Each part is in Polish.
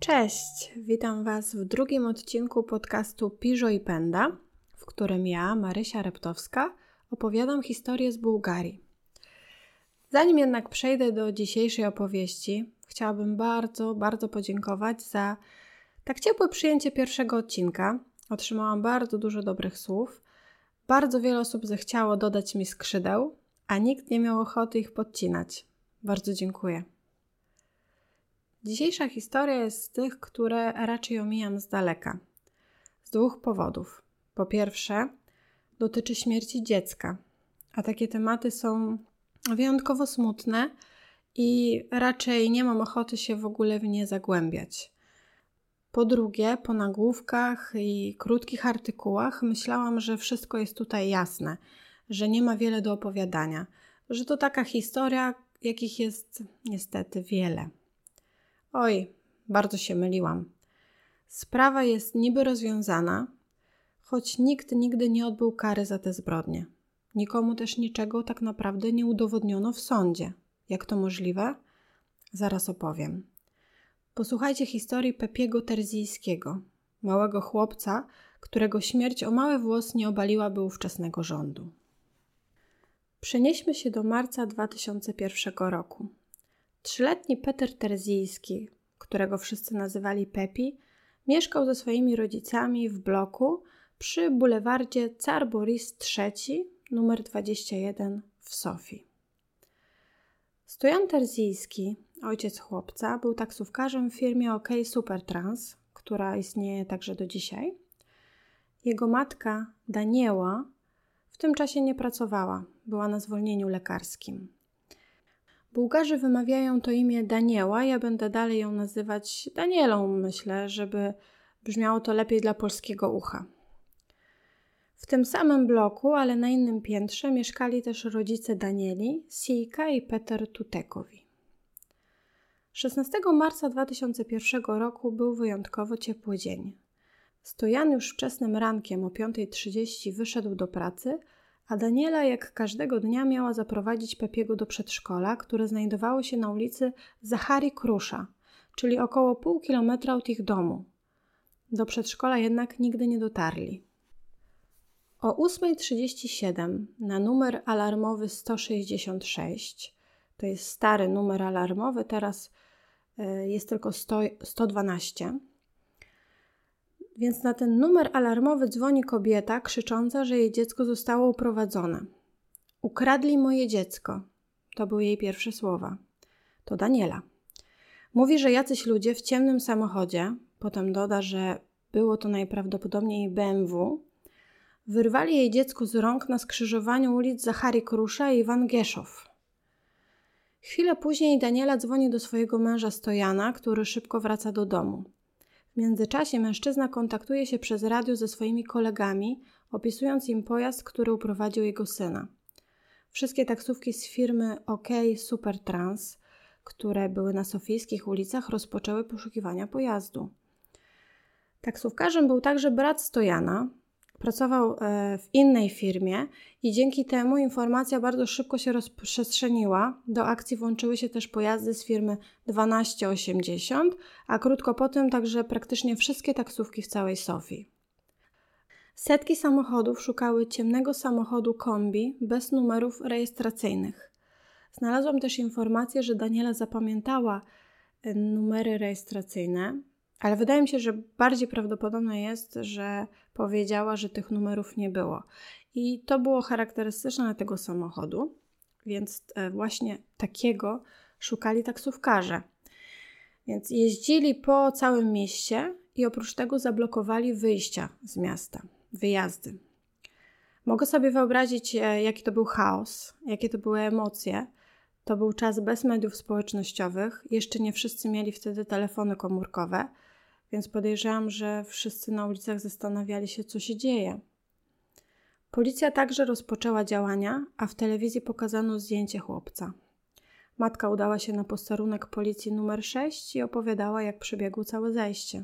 Cześć, witam Was w drugim odcinku podcastu Piżo i Penda, w którym ja, Marysia Reptowska, opowiadam historię z Bułgarii. Zanim jednak przejdę do dzisiejszej opowieści, chciałabym bardzo podziękować za tak ciepłe przyjęcie pierwszego odcinka. Otrzymałam bardzo dużo dobrych słów, bardzo wiele osób zechciało dodać mi skrzydeł, a nikt nie miał ochoty ich podcinać. Bardzo dziękuję. Dzisiejsza historia jest z tych, które raczej omijam z daleka. Z dwóch powodów. Po pierwsze, dotyczy śmierci dziecka, a takie tematy są wyjątkowo smutne i raczej nie mam ochoty się w ogóle w nie zagłębiać. Po drugie, po nagłówkach i krótkich artykułach myślałam, że wszystko jest tutaj jasne, że nie ma wiele do opowiadania, że to taka historia, jakich jest niestety wiele. Oj, bardzo się myliłam. Sprawa jest niby rozwiązana, choć nikt nigdy nie odbył kary za te zbrodnie. Nikomu też niczego tak naprawdę nie udowodniono w sądzie. Jak to możliwe? Zaraz opowiem. Posłuchajcie historii Pepiego Terzijskiego, małego chłopca, którego śmierć o mały włos nie obaliłaby ówczesnego rządu. Przenieśmy się do marca 2001 roku. 3-letni Peter Terzijski, którego wszyscy nazywali Pepi, mieszkał ze swoimi rodzicami w bloku przy bulewardzie Car Boris III, numer 21 w Sofii. Stojan Terzijski, ojciec chłopca, był taksówkarzem w firmie OK Supertrans, która istnieje także do dzisiaj. Jego matka, Danieła, w tym czasie nie pracowała, była na zwolnieniu lekarskim. Bułgarzy wymawiają to imię Danieła, ja będę dalej ją nazywać Danielą, myślę, żeby brzmiało to lepiej dla polskiego ucha. W tym samym bloku, ale na innym piętrze, mieszkali też rodzice Danieli, Sijka i Peter Tutekowi. 16 marca 2001 roku był wyjątkowo ciepły dzień. Stojan już wczesnym rankiem o 5:30 wyszedł do pracy, a Daniela jak każdego dnia miała zaprowadzić Pepiego do przedszkola, które znajdowało się na ulicy Zachari Krusza, czyli około pół kilometra od ich domu. Do przedszkola jednak nigdy nie dotarli. O 8:37 na numer alarmowy 166, to jest stary numer alarmowy, teraz jest tylko 112, więc na ten numer alarmowy dzwoni kobieta krzycząca, że jej dziecko zostało uprowadzone. Ukradli moje dziecko. To były jej pierwsze słowa. To Daniela. Mówi, że jacyś ludzie w ciemnym samochodzie, potem doda, że było to najprawdopodobniej BMW, wyrwali jej dziecko z rąk na skrzyżowaniu ulic Zachari Krusza i Iwan Gieszow. Chwilę później Daniela dzwoni do swojego męża Stojana, który szybko wraca do domu. W międzyczasie mężczyzna kontaktuje się przez radio ze swoimi kolegami, opisując im pojazd, który uprowadził jego syna. Wszystkie taksówki z firmy OK Supertrans, które były na sofijskich ulicach, rozpoczęły poszukiwania pojazdu. Taksówkarzem był także brat Stojana. Pracował w innej firmie i dzięki temu informacja bardzo szybko się rozprzestrzeniła. Do akcji włączyły się też pojazdy z firmy 1280, a krótko potem także praktycznie wszystkie taksówki w całej Sofii. Setki samochodów szukały ciemnego samochodu kombi bez numerów rejestracyjnych. Znalazłam też informację, że Daniela zapamiętała numery rejestracyjne, ale wydaje mi się, że bardziej prawdopodobne jest, że powiedziała, że tych numerów nie było. I to było charakterystyczne dla tego samochodu, więc właśnie takiego szukali taksówkarze. Więc jeździli po całym mieście i oprócz tego zablokowali wyjścia z miasta, wyjazdy. Mogę sobie wyobrazić, jaki to był chaos, jakie to były emocje. To był czas bez mediów społecznościowych. Jeszcze nie wszyscy mieli wtedy telefony komórkowe, więc podejrzewam, że wszyscy na ulicach zastanawiali się, co się dzieje. Policja także rozpoczęła działania, a w telewizji pokazano zdjęcie chłopca. Matka udała się na posterunek policji numer 6 i opowiadała, jak przebiegło całe zajście.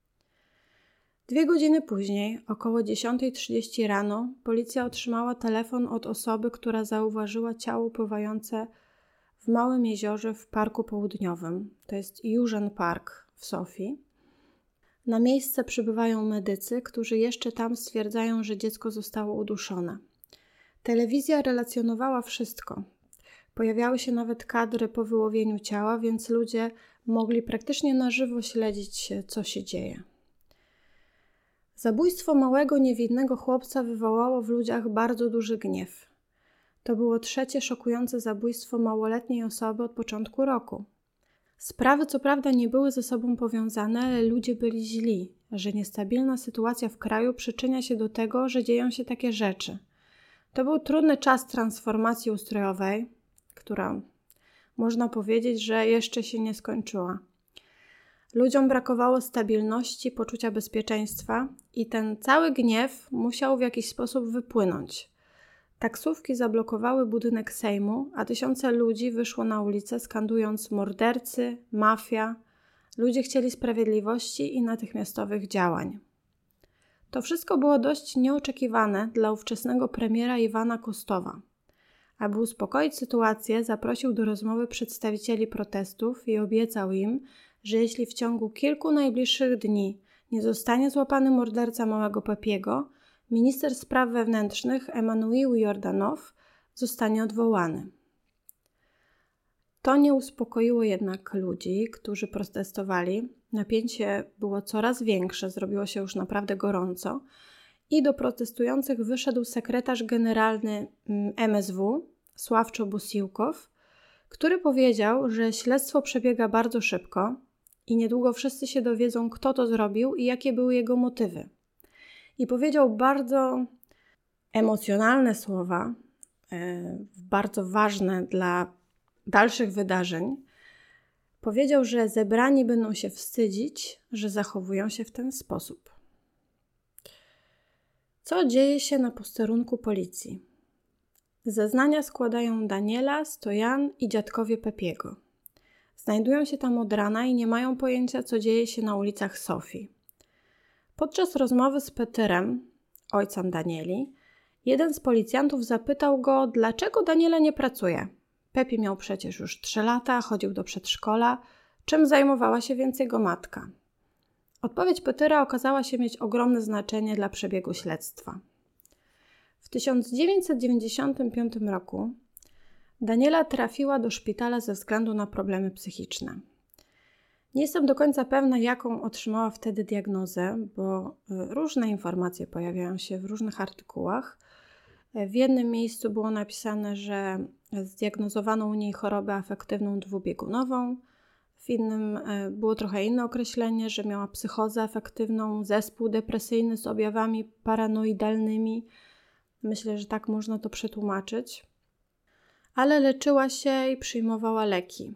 2 godziny później, około 10:30 rano, policja otrzymała telefon od osoby, która zauważyła ciało pływające w małym jeziorze w Parku Południowym. To jest Jużen Park w Sofii. Na miejsce przybywają medycy, którzy jeszcze tam stwierdzają, że dziecko zostało uduszone. Telewizja relacjonowała wszystko. Pojawiały się nawet kadry po wyłowieniu ciała, więc ludzie mogli praktycznie na żywo śledzić, co się dzieje. Zabójstwo małego, niewinnego chłopca wywołało w ludziach bardzo duży gniew. To było trzecie szokujące zabójstwo małoletniej osoby od początku roku. Sprawy co prawda nie były ze sobą powiązane, ale ludzie byli źli, że niestabilna sytuacja w kraju przyczynia się do tego, że dzieją się takie rzeczy. To był trudny czas transformacji ustrojowej, która można powiedzieć, że jeszcze się nie skończyła. Ludziom brakowało stabilności, poczucia bezpieczeństwa i ten cały gniew musiał w jakiś sposób wypłynąć. Taksówki zablokowały budynek Sejmu, a tysiące ludzi wyszło na ulicę skandując mordercy, mafia. Ludzie chcieli sprawiedliwości i natychmiastowych działań. To wszystko było dość nieoczekiwane dla ówczesnego premiera Iwana Kostowa. Aby uspokoić sytuację, zaprosił do rozmowy przedstawicieli protestów i obiecał im, że jeśli w ciągu kilku najbliższych dni nie zostanie złapany morderca małego Pepiego, minister spraw wewnętrznych Emanuil Jordanow zostanie odwołany. To nie uspokoiło jednak ludzi, którzy protestowali. Napięcie było coraz większe, zrobiło się już naprawdę gorąco i do protestujących wyszedł sekretarz generalny MSW, Sławczo Busiłkow, który powiedział, że śledztwo przebiega bardzo szybko i niedługo wszyscy się dowiedzą, kto to zrobił i jakie były jego motywy. I powiedział bardzo emocjonalne słowa, bardzo ważne dla dalszych wydarzeń. Powiedział, że zebrani będą się wstydzić, że zachowują się w ten sposób. Co dzieje się na posterunku policji? Zeznania składają Daniela, Stojan i dziadkowie Pepiego. Znajdują się tam od rana i nie mają pojęcia, co dzieje się na ulicach Sofii. Podczas rozmowy z Petyrem, ojcem Danieli, jeden z policjantów zapytał go, dlaczego Daniela nie pracuje. Pepi miał przecież już 3 lata, chodził do przedszkola, czym zajmowała się więc jego matka. Odpowiedź Petyra okazała się mieć ogromne znaczenie dla przebiegu śledztwa. W 1995 roku Daniela trafiła do szpitala ze względu na problemy psychiczne. Nie jestem do końca pewna, jaką otrzymała wtedy diagnozę, bo różne informacje pojawiają się w różnych artykułach. W jednym miejscu było napisane, że zdiagnozowano u niej chorobę afektywną dwubiegunową, w innym było trochę inne określenie, że miała psychozę afektywną, zespół depresyjny z objawami paranoidalnymi. Myślę, że tak można to przetłumaczyć. Ale leczyła się i przyjmowała leki.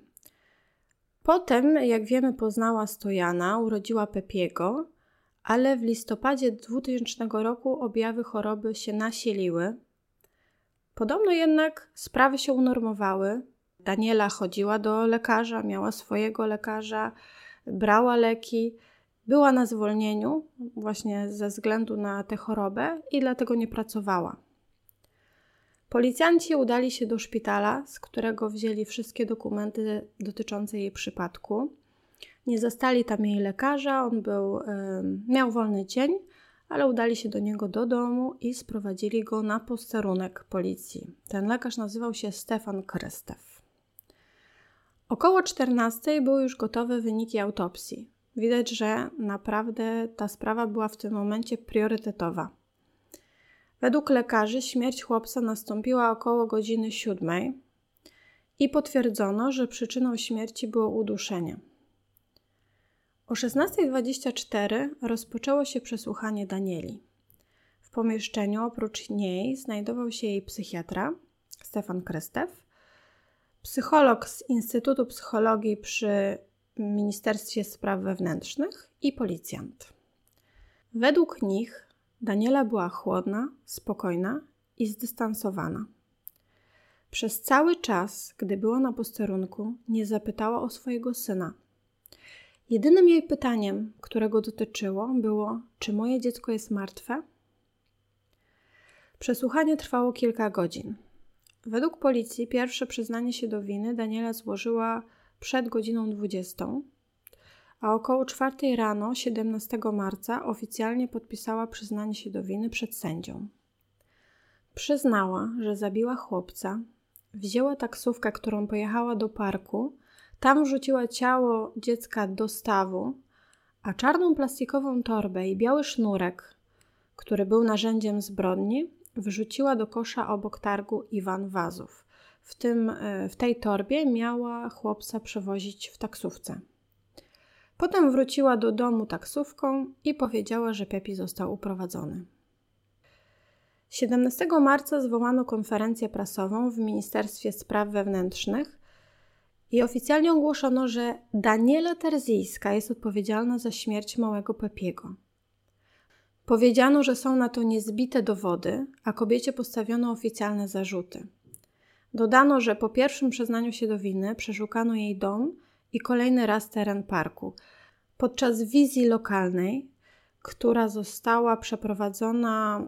Potem, jak wiemy, poznała Stojana, urodziła Pepiego, ale w listopadzie 2000 roku objawy choroby się nasiliły. Podobno jednak sprawy się unormowały. Daniela chodziła do lekarza, miała swojego lekarza, brała leki, była na zwolnieniu właśnie ze względu na tę chorobę i dlatego nie pracowała. Policjanci udali się do szpitala, z którego wzięli wszystkie dokumenty dotyczące jej przypadku. Nie zastali tam jej lekarza, on miał wolny dzień, ale udali się do niego do domu i sprowadzili go na posterunek policji. Ten lekarz nazywał się Stefan Krystew. Około 14:00 były już gotowe wyniki autopsji. Widać, że naprawdę ta sprawa była w tym momencie priorytetowa. Według lekarzy śmierć chłopca nastąpiła około godziny 7:00 i potwierdzono, że przyczyną śmierci było uduszenie. O 16:24 rozpoczęło się przesłuchanie Danieli. W pomieszczeniu oprócz niej znajdował się jej psychiatra, Stefan Krystew, psycholog z Instytutu Psychologii przy Ministerstwie Spraw Wewnętrznych i policjant. Według nich Daniela była chłodna, spokojna i zdystansowana. Przez cały czas, gdy była na posterunku, nie zapytała o swojego syna. Jedynym jej pytaniem, którego dotyczyło, było: czy moje dziecko jest martwe? Przesłuchanie trwało kilka godzin. Według policji pierwsze przyznanie się do winy Daniela złożyła przed godziną 20:00, a około 4 rano 17 marca oficjalnie podpisała przyznanie się do winy przed sędzią. Przyznała, że zabiła chłopca, wzięła taksówkę, którą pojechała do parku, tam wrzuciła ciało dziecka do stawu, a czarną plastikową torbę i biały sznurek, który był narzędziem zbrodni, wrzuciła do kosza obok targu Iwan Wazów. W tej torbie miała chłopca przewozić w taksówce. Potem wróciła do domu taksówką i powiedziała, że Pepi został uprowadzony. 17 marca zwołano konferencję prasową w Ministerstwie Spraw Wewnętrznych i oficjalnie ogłoszono, że Daniela Terzińska jest odpowiedzialna za śmierć małego Pepiego. Powiedziano, że są na to niezbite dowody, a kobiecie postawiono oficjalne zarzuty. Dodano, że po pierwszym przyznaniu się do winy przeszukano jej dom i kolejny raz teren parku. Podczas wizji lokalnej, która została przeprowadzona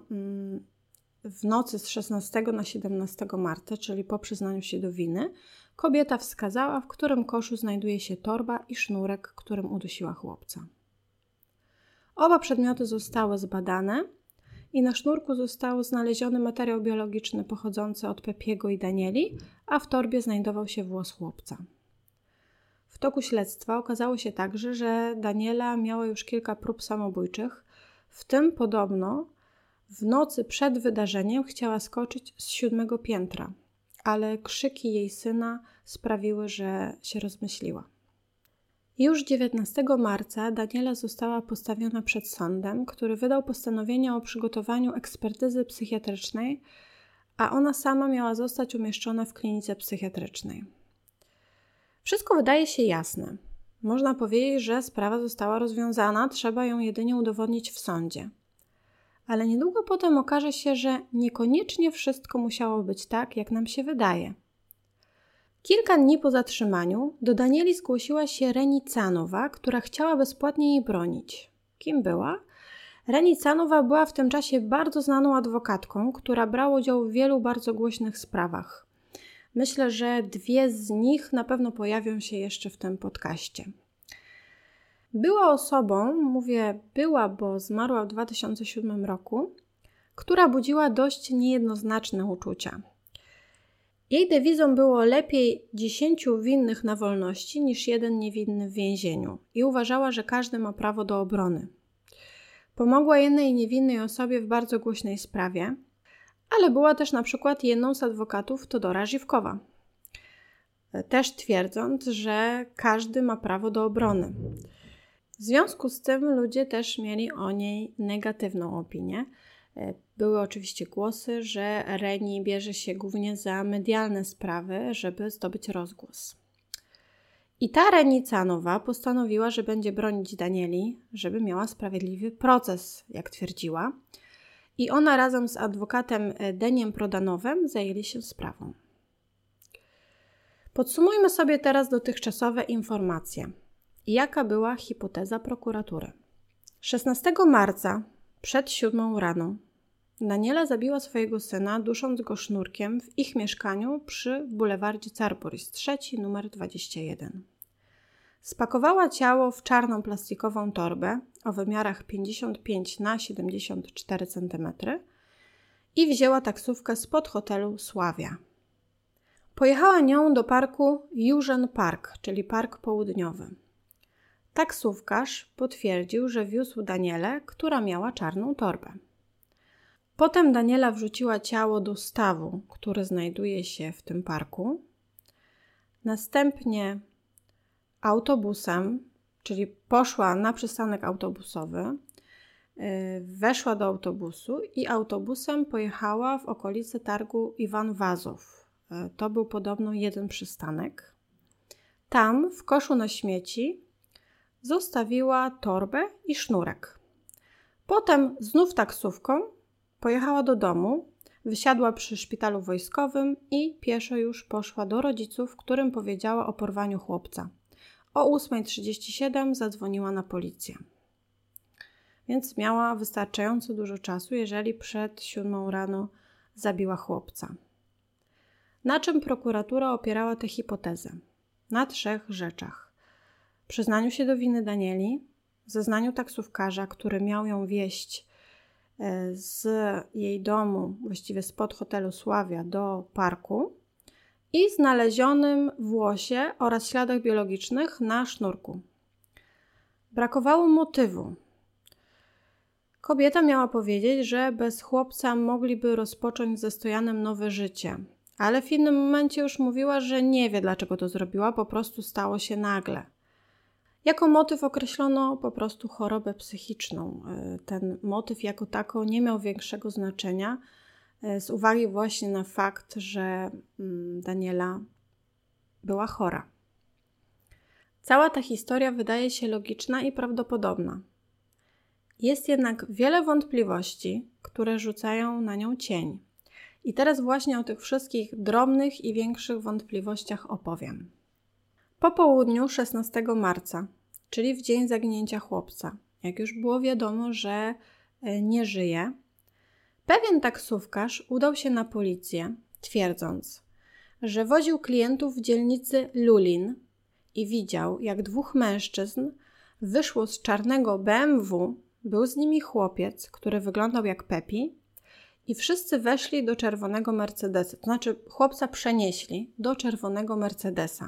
w nocy z 16 na 17 marca, czyli po przyznaniu się do winy, kobieta wskazała, w którym koszu znajduje się torba i sznurek, którym udusiła chłopca. Oba przedmioty zostały zbadane i na sznurku został znaleziony materiał biologiczny pochodzący od Pepiego i Danieli, a w torbie znajdował się włos chłopca. W toku śledztwa okazało się także, że Daniela miała już kilka prób samobójczych, w tym podobno w nocy przed wydarzeniem chciała skoczyć z 7 piętra, ale krzyki jej syna sprawiły, że się rozmyśliła. Już 19 marca Daniela została postawiona przed sądem, który wydał postanowienie o przygotowaniu ekspertyzy psychiatrycznej, a ona sama miała zostać umieszczona w klinice psychiatrycznej. Wszystko wydaje się jasne. Można powiedzieć, że sprawa została rozwiązana, trzeba ją jedynie udowodnić w sądzie. Ale niedługo potem okaże się, że niekoniecznie wszystko musiało być tak, jak nam się wydaje. Kilka dni po zatrzymaniu do Danieli zgłosiła się Reni Canowa, która chciała bezpłatnie jej bronić. Kim była? Reni Canowa była w tym czasie bardzo znaną adwokatką, która brała udział w wielu bardzo głośnych sprawach. Myślę, że 2 z nich na pewno pojawią się jeszcze w tym podcaście. Była osobą, mówię była, bo zmarła w 2007 roku, która budziła dość niejednoznaczne uczucia. Jej dewizą było lepiej 10 winnych na wolności niż 1 niewinny w więzieniu i uważała, że każdy ma prawo do obrony. Pomogła jednej niewinnej osobie w bardzo głośnej sprawie, ale była też na przykład jedną z adwokatów Todora Żywkowa, też twierdząc, że każdy ma prawo do obrony. W związku z tym ludzie też mieli o niej negatywną opinię. Były oczywiście głosy, że Reni bierze się głównie za medialne sprawy, żeby zdobyć rozgłos. I ta Reni Canowa postanowiła, że będzie bronić Danieli, żeby miała sprawiedliwy proces, jak twierdziła. I ona razem z adwokatem Deniem Prodanowem zajęli się sprawą. Podsumujmy sobie teraz dotychczasowe informacje. Jaka była hipoteza prokuratury? 16 marca przed 7 rano Daniela zabiła swojego syna, dusząc go sznurkiem w ich mieszkaniu przy bulewardzie Carboris, 3, numer 21. Spakowała ciało w czarną plastikową torbę o wymiarach 55 na 74 cm i wzięła taksówkę spod hotelu Sławia. Pojechała nią do parku Jużen Park, czyli Park Południowy. Taksówkarz potwierdził, że wiózł Danielę, która miała czarną torbę. Potem Daniela wrzuciła ciało do stawu, który znajduje się w tym parku. Następnie autobusem, czyli poszła na przystanek autobusowy, weszła do autobusu i autobusem pojechała w okolice targu Iwan Wazów. To był podobno jeden przystanek. Tam w koszu na śmieci zostawiła torbę i sznurek. Potem znów taksówką pojechała do domu, wysiadła przy szpitalu wojskowym i pieszo już poszła do rodziców, którym powiedziała o porwaniu chłopca. O 8:37 zadzwoniła na policję. Więc miała wystarczająco dużo czasu, jeżeli przed 7 rano zabiła chłopca. Na czym prokuratura opierała tę hipotezę? Na 3 rzeczach. przyznaniu się do winy Danieli, zeznaniu taksówkarza, który miał ją wieźć z jej domu, właściwie spod hotelu Sławia do parku i znalezionym włosie oraz śladach biologicznych na sznurku. Brakowało motywu. Kobieta miała powiedzieć, że bez chłopca mogliby rozpocząć ze Stojanem nowe życie, ale w innym momencie już mówiła, że nie wie, dlaczego to zrobiła, po prostu stało się nagle. Jako motyw określono po prostu chorobę psychiczną. Ten motyw jako tako nie miał większego znaczenia z uwagi właśnie na fakt, że Daniela była chora. Cała ta historia wydaje się logiczna i prawdopodobna. Jest jednak wiele wątpliwości, które rzucają na nią cień. I teraz właśnie o tych wszystkich drobnych i większych wątpliwościach opowiem. Po południu 16 marca, czyli w dzień zaginięcia chłopca, jak już było wiadomo, że nie żyje, pewien taksówkarz udał się na policję, twierdząc, że woził klientów w dzielnicy Lublin i widział, jak dwóch mężczyzn wyszło z czarnego BMW, był z nimi chłopiec, który wyglądał jak Pepi, i wszyscy weszli do czerwonego Mercedesa, to znaczy chłopca przenieśli do czerwonego Mercedesa.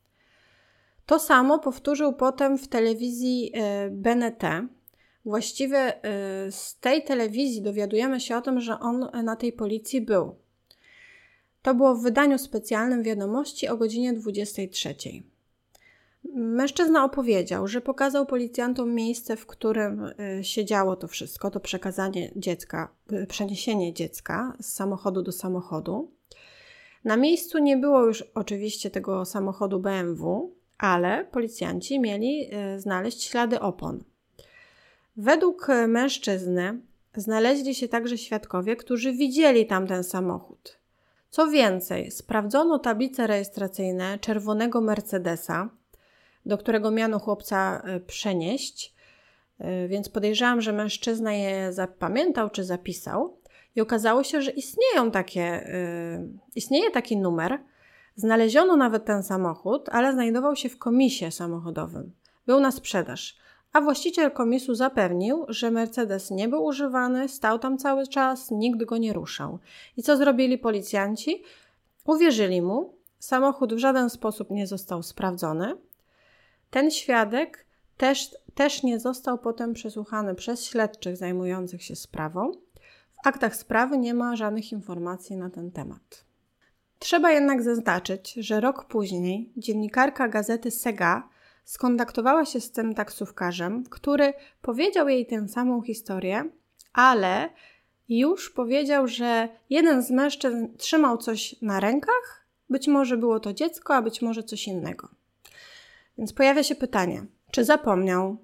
To samo powtórzył potem w telewizji BNT. Właściwie z tej telewizji dowiadujemy się o tym, że on na tej policji był. To było w wydaniu specjalnym Wiadomości o godzinie 23. Mężczyzna opowiedział, że pokazał policjantom miejsce, w którym się działo to wszystko, to przeniesienie dziecka z samochodu do samochodu. Na miejscu nie było już oczywiście tego samochodu BMW, ale policjanci mieli znaleźć ślady opon. Według mężczyzny znaleźli się także świadkowie, którzy widzieli tamten samochód. Co więcej, sprawdzono tablice rejestracyjne czerwonego Mercedesa, do którego miano chłopca przenieść, więc podejrzewam, że mężczyzna je zapamiętał czy zapisał i okazało się, że istnieje taki numer. Znaleziono nawet ten samochód, ale znajdował się w komisie samochodowym. Był na sprzedaż, a właściciel komisu zapewnił, że Mercedes nie był używany, stał tam cały czas, nikt go nie ruszał. I co zrobili policjanci? Uwierzyli mu, samochód w żaden sposób nie został sprawdzony. Ten świadek też nie został potem przesłuchany przez śledczych zajmujących się sprawą. W aktach sprawy nie ma żadnych informacji na ten temat. Trzeba jednak zaznaczyć, że rok później dziennikarka gazety Sega skontaktowała się z tym taksówkarzem, który powiedział jej tę samą historię, ale już powiedział, że jeden z mężczyzn trzymał coś na rękach, być może było to dziecko, a być może coś innego. Więc pojawia się pytanie, czy zapomniał,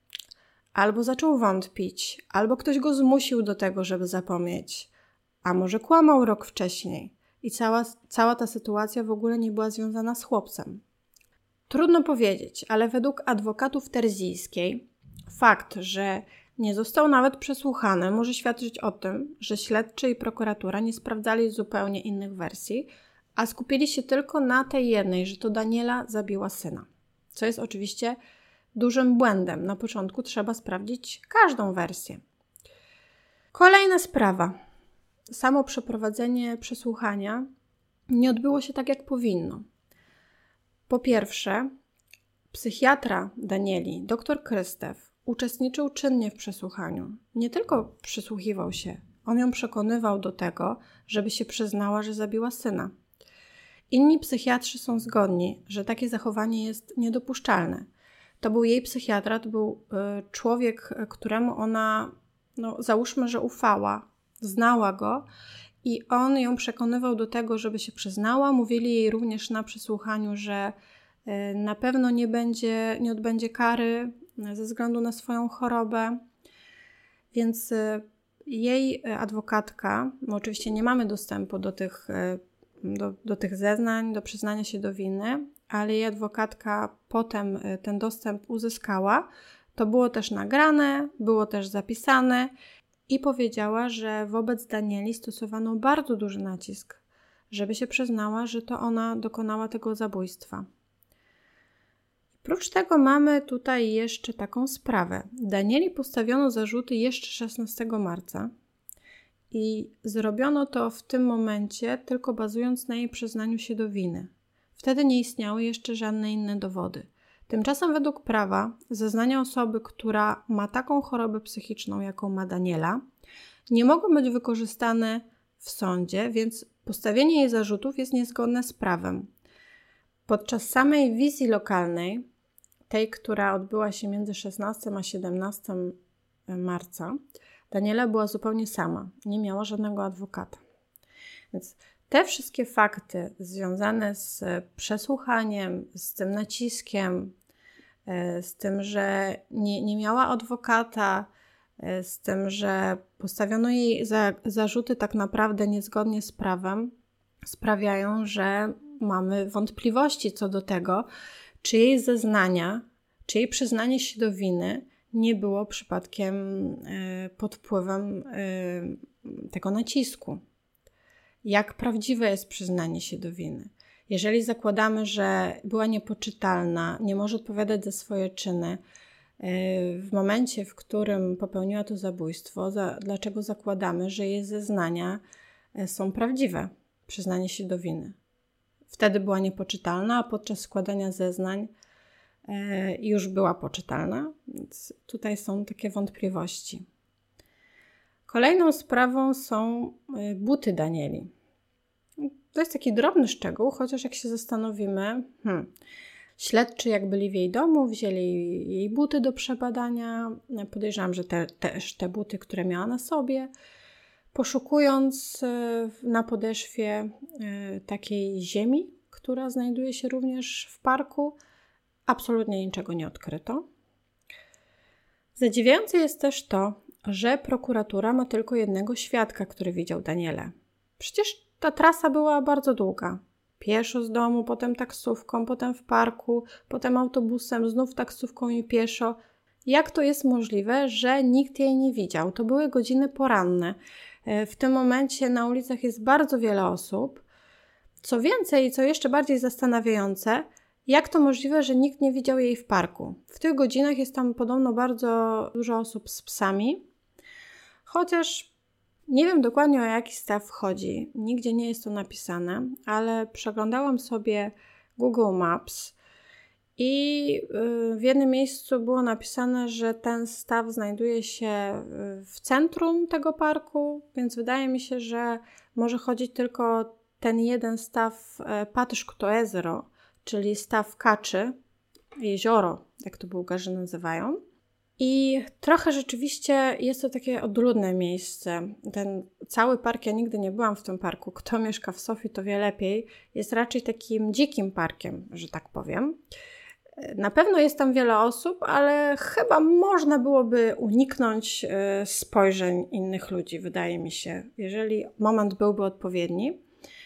albo zaczął wątpić, albo ktoś go zmusił do tego, żeby zapomnieć, a może kłamał rok wcześniej i cała ta sytuacja w ogóle nie była związana z chłopcem. Trudno powiedzieć, ale według adwokatów Terzińskiej fakt, że nie został nawet przesłuchany, może świadczyć o tym, że śledczy i prokuratura nie sprawdzali zupełnie innych wersji, a skupili się tylko na tej jednej, że to Daniela zabiła syna. Co jest oczywiście dużym błędem. Na początku trzeba sprawdzić każdą wersję. Kolejna sprawa. Samo przeprowadzenie przesłuchania nie odbyło się tak, jak powinno. Po pierwsze, psychiatra Danieli, dr Krystew, uczestniczył czynnie w przesłuchaniu. Nie tylko przysłuchiwał się, on ją przekonywał do tego, żeby się przyznała, że zabiła syna. Inni psychiatrzy są zgodni, że takie zachowanie jest niedopuszczalne. To był jej psychiatra, to był człowiek, któremu ona, załóżmy, że ufała, znała go i on ją przekonywał do tego, żeby się przyznała. Mówili jej również na przesłuchaniu, że na pewno nie odbędzie kary ze względu na swoją chorobę. Więc jej adwokatka, oczywiście nie mamy dostępu do tych zeznań, do przyznania się do winy, ale jej adwokatka potem ten dostęp uzyskała. To było też nagrane, było też zapisane i powiedziała, że wobec Danieli stosowano bardzo duży nacisk, żeby się przyznała, że to ona dokonała tego zabójstwa. Prócz tego mamy tutaj jeszcze taką sprawę. Danieli postawiono zarzuty jeszcze 16 marca i zrobiono to w tym momencie tylko bazując na jej przyznaniu się do winy. Wtedy nie istniały jeszcze żadne inne dowody. Tymczasem według prawa zeznania osoby, która ma taką chorobę psychiczną, jaką ma Daniela, nie mogą być wykorzystane w sądzie, więc postawienie jej zarzutów jest niezgodne z prawem. Podczas samej wizji lokalnej, tej, która odbyła się między 16 a 17 marca, Daniela była zupełnie sama, nie miała żadnego adwokata. Więc te wszystkie fakty związane z przesłuchaniem, z tym naciskiem, z tym, że nie miała adwokata, z tym, że postawiono jej zarzuty tak naprawdę niezgodnie z prawem, sprawiają, że mamy wątpliwości co do tego, czy jej zeznania, czy jej przyznanie się do winy nie było przypadkiem pod wpływem tego nacisku. Jak prawdziwe jest przyznanie się do winy? Jeżeli zakładamy, że była niepoczytalna, nie może odpowiadać za swoje czyny, w momencie, w którym popełniła to zabójstwo, dlaczego zakładamy, że jej zeznania są prawdziwe? Przyznanie się do winy. Wtedy była niepoczytalna, a podczas składania zeznań już była poczytalna, więc tutaj są takie wątpliwości. Kolejną sprawą są buty Danieli. To jest taki drobny szczegół, chociaż jak się zastanowimy, śledczy jak byli w jej domu, wzięli jej buty do przebadania, podejrzewam, że też te buty, które miała na sobie, poszukując na podeszwie takiej ziemi, która znajduje się również w parku, absolutnie niczego nie odkryto. Zadziwiające jest też to, że prokuratura ma tylko jednego świadka, który widział Danielę. Przecież ta trasa była bardzo długa. Pieszo z domu, potem taksówką, potem w parku, potem autobusem, znów taksówką i pieszo. Jak to jest możliwe, że nikt jej nie widział? To były godziny poranne. W tym momencie na ulicach jest bardzo wiele osób. Co więcej, co jeszcze bardziej zastanawiające, jak to możliwe, że nikt nie widział jej w parku? W tych godzinach jest tam podobno bardzo dużo osób z psami, chociaż nie wiem dokładnie o jaki staw chodzi. Nigdzie nie jest to napisane, ale przeglądałam sobie Google Maps i w jednym miejscu było napisane, że ten staw znajduje się w centrum tego parku, więc wydaje mi się, że może chodzić tylko o ten jeden staw Patyszko Езеро, czyli staw kaczy, jezioro, jak to Bułgarzy nazywają. I trochę rzeczywiście jest to takie odludne miejsce. Ten cały park, ja nigdy nie byłam w tym parku. Kto mieszka w Sofii, to wie lepiej. Jest raczej takim dzikim parkiem, że tak powiem. Na pewno jest tam wiele osób, ale chyba można byłoby uniknąć spojrzeń innych ludzi, wydaje mi się, jeżeli moment byłby odpowiedni.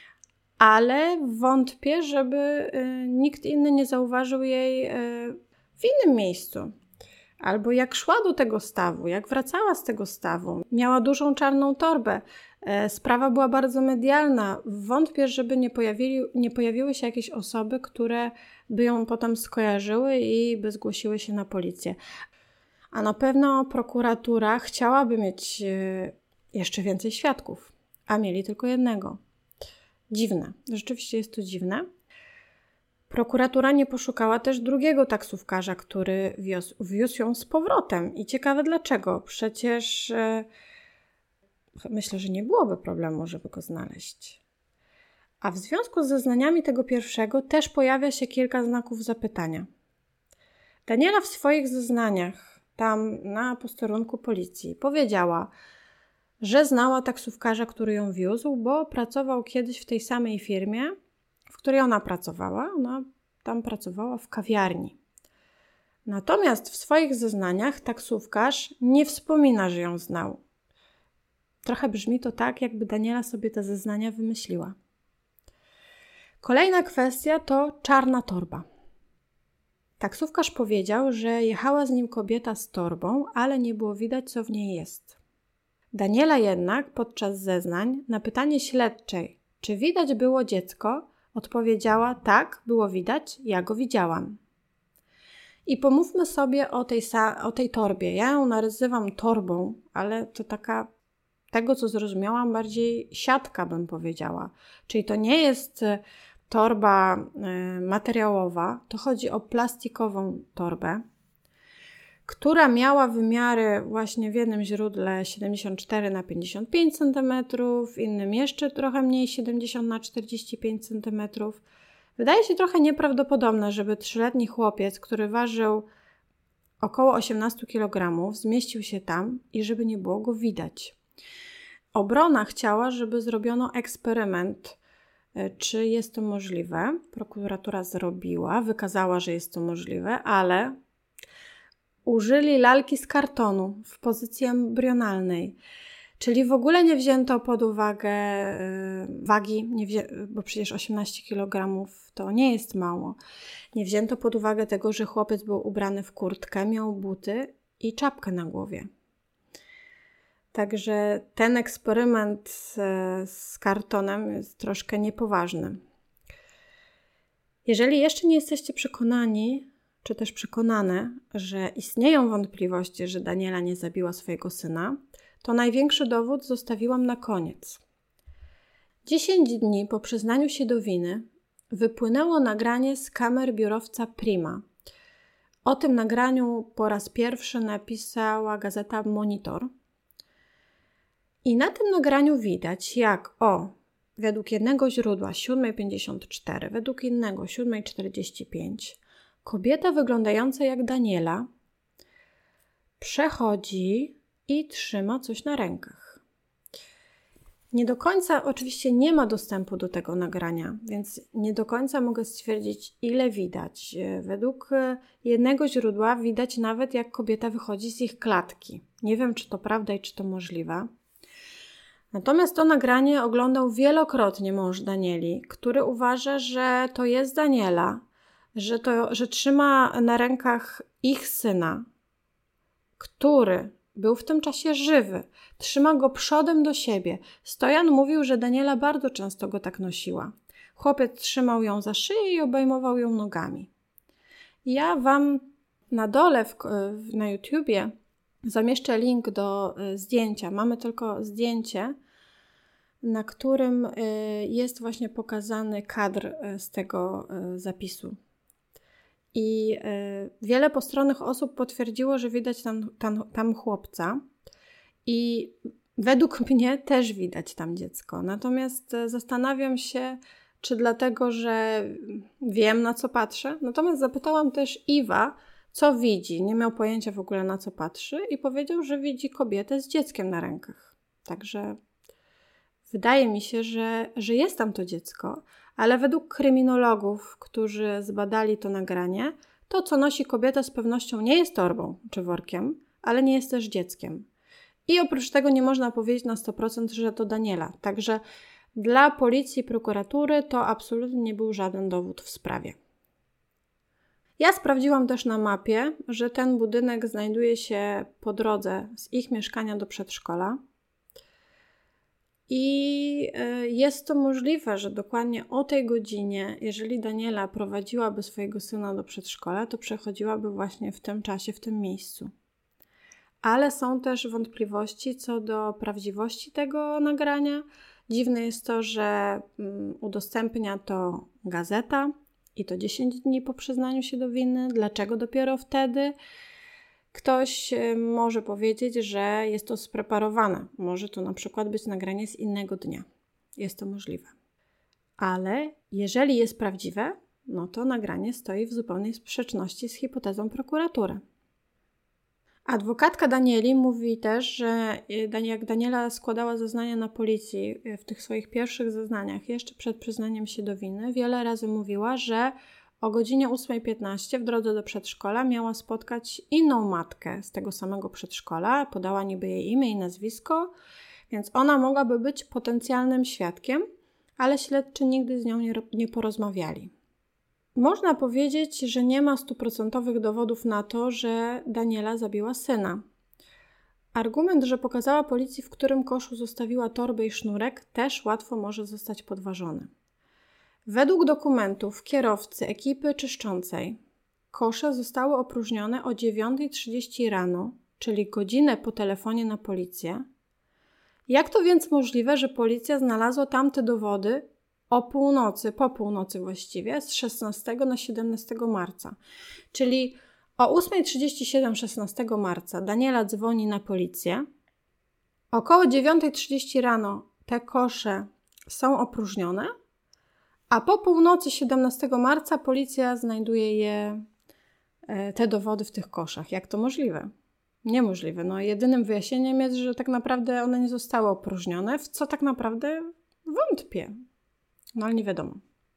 Ale wątpię, żeby nikt inny nie zauważył jej w innym miejscu. Albo jak szła do tego stawu, jak wracała z tego stawu. Miała dużą czarną torbę. Sprawa była bardzo medialna. Wątpię, żeby nie pojawiły się jakieś osoby, które by ją potem skojarzyły i by zgłosiły się na policję. A na pewno prokuratura chciałaby mieć jeszcze więcej świadków, a mieli tylko jednego. Dziwne. Rzeczywiście jest to dziwne. Prokuratura nie poszukała też drugiego taksówkarza, który wiózł ją z powrotem. I ciekawe dlaczego. Przecież myślę, że nie byłoby problemu, żeby go znaleźć. A w związku z zeznaniami tego pierwszego też pojawia się kilka znaków zapytania. Daniela w swoich zeznaniach tam na posterunku policji powiedziała, że znała taksówkarza, który ją wiózł, bo pracował kiedyś w tej samej firmie, w której ona pracowała. Ona tam pracowała w kawiarni. Natomiast w swoich zeznaniach taksówkarz nie wspomina, że ją znał. Trochę brzmi to tak, jakby Daniela sobie te zeznania wymyśliła. Kolejna kwestia to czarna torba. Taksówkarz powiedział, że jechała z nim kobieta z torbą, ale nie było widać, co w niej jest. Daniela jednak podczas zeznań na pytanie śledczej, czy widać było dziecko, odpowiedziała: tak, było widać, ja go widziałam. I pomówmy sobie o tej torbie. Ja ją nazywam torbą, ale to taka, tego co zrozumiałam, bardziej siatka bym powiedziała. Czyli to nie jest torba materiałowa, to chodzi o plastikową torbę, która miała wymiary właśnie w jednym źródle 74 na 55 cm, w innym jeszcze trochę mniej, 70 na 45 cm. Wydaje się trochę nieprawdopodobne, żeby 3-letni chłopiec, który ważył około 18 kg, zmieścił się tam i żeby nie było go widać. Obrona chciała, żeby zrobiono eksperyment, czy jest to możliwe. Prokuratura zrobiła, wykazała, że jest to możliwe, ale użyli lalki z kartonu w pozycji embrionalnej. Czyli w ogóle nie wzięto pod uwagę wagi, bo przecież 18 kg to nie jest mało. Nie wzięto pod uwagę tego, że chłopiec był ubrany w kurtkę, miał buty i czapkę na głowie. Także ten eksperyment z kartonem jest troszkę niepoważny. Jeżeli jeszcze nie jesteście przekonani, czy też przekonane, że istnieją wątpliwości, że Daniela nie zabiła swojego syna, to największy dowód zostawiłam na koniec. 10 dni po przyznaniu się do winy wypłynęło nagranie z kamer biurowca Prima. O tym nagraniu po raz pierwszy napisała gazeta Monitor. I na tym nagraniu widać, jak według jednego źródła 7:54, według innego 7:45, kobieta wyglądająca jak Daniela przechodzi i trzyma coś na rękach. Nie do końca, oczywiście nie ma dostępu do tego nagrania, więc nie do końca mogę stwierdzić, ile widać. Według jednego źródła widać nawet, jak kobieta wychodzi z ich klatki. Nie wiem, czy to prawda i czy to możliwe. Natomiast to nagranie oglądał wielokrotnie mąż Danieli, który uważa, że to jest Daniela, że trzyma na rękach ich syna, który był w tym czasie żywy. Trzyma go przodem do siebie. Stojan mówił, że Daniela bardzo często go tak nosiła. Chłopiec trzymał ją za szyję i obejmował ją nogami. Ja Wam na dole na YouTubie zamieszczę link do zdjęcia. Mamy tylko zdjęcie, na którym jest właśnie pokazany kadr z tego zapisu. I wiele postronnych osób potwierdziło, że widać tam chłopca i według mnie też widać tam dziecko. Natomiast zastanawiam się, czy dlatego, że wiem, na co patrzę. Natomiast zapytałam też Iwa, co widzi. Nie miał pojęcia w ogóle, na co patrzy i powiedział, że widzi kobietę z dzieckiem na rękach. Także wydaje mi się, że jest tam to dziecko, ale według kryminologów, którzy zbadali to nagranie, to, co nosi kobieta, z pewnością nie jest torbą czy workiem, ale nie jest też dzieckiem. I oprócz tego nie można powiedzieć na 100%, że to Daniela. Także dla policji i prokuratury to absolutnie nie był żaden dowód w sprawie. Ja sprawdziłam też na mapie, że ten budynek znajduje się po drodze z ich mieszkania do przedszkola. I jest to możliwe, że dokładnie o tej godzinie, jeżeli Daniela prowadziłaby swojego syna do przedszkola, to przechodziłaby właśnie w tym czasie, w tym miejscu. Ale są też wątpliwości co do prawdziwości tego nagrania. Dziwne jest to, że udostępnia to gazeta i to 10 dni po przyznaniu się do winy. Dlaczego dopiero wtedy? Ktoś może powiedzieć, że jest to spreparowane. Może to na przykład być nagranie z innego dnia. Jest to możliwe. Ale jeżeli jest prawdziwe, no to nagranie stoi w zupełnej sprzeczności z hipotezą prokuratury. Adwokatka Danieli mówi też, że jak Daniela składała zeznania na policji w tych swoich pierwszych zeznaniach, jeszcze przed przyznaniem się do winy, wiele razy mówiła, że o godzinie 8:15 w drodze do przedszkola miała spotkać inną matkę z tego samego przedszkola. Podała niby jej imię i nazwisko, więc ona mogłaby być potencjalnym świadkiem, ale śledczy nigdy z nią nie porozmawiali. Można powiedzieć, że nie ma 100% dowodów na to, że Daniela zabiła syna. Argument, że pokazała policji, w którym koszu zostawiła torbę i sznurek, też łatwo może zostać podważony. Według dokumentów kierowcy ekipy czyszczącej kosze zostały opróżnione o 9:30 rano, czyli godzinę po telefonie na policję. Jak to więc możliwe, że policja znalazła tamte dowody o północy, po północy właściwie, z 16 na 17 marca? Czyli o 8:37 16 marca Daniela dzwoni na policję. Około 9:30 rano te kosze są opróżnione, a po północy 17 marca policja znajduje te dowody w tych koszach. Jak to możliwe? Niemożliwe. Jedynym wyjaśnieniem jest, że tak naprawdę one nie zostały opróżnione, w co tak naprawdę wątpię. Ale nie wiadomo.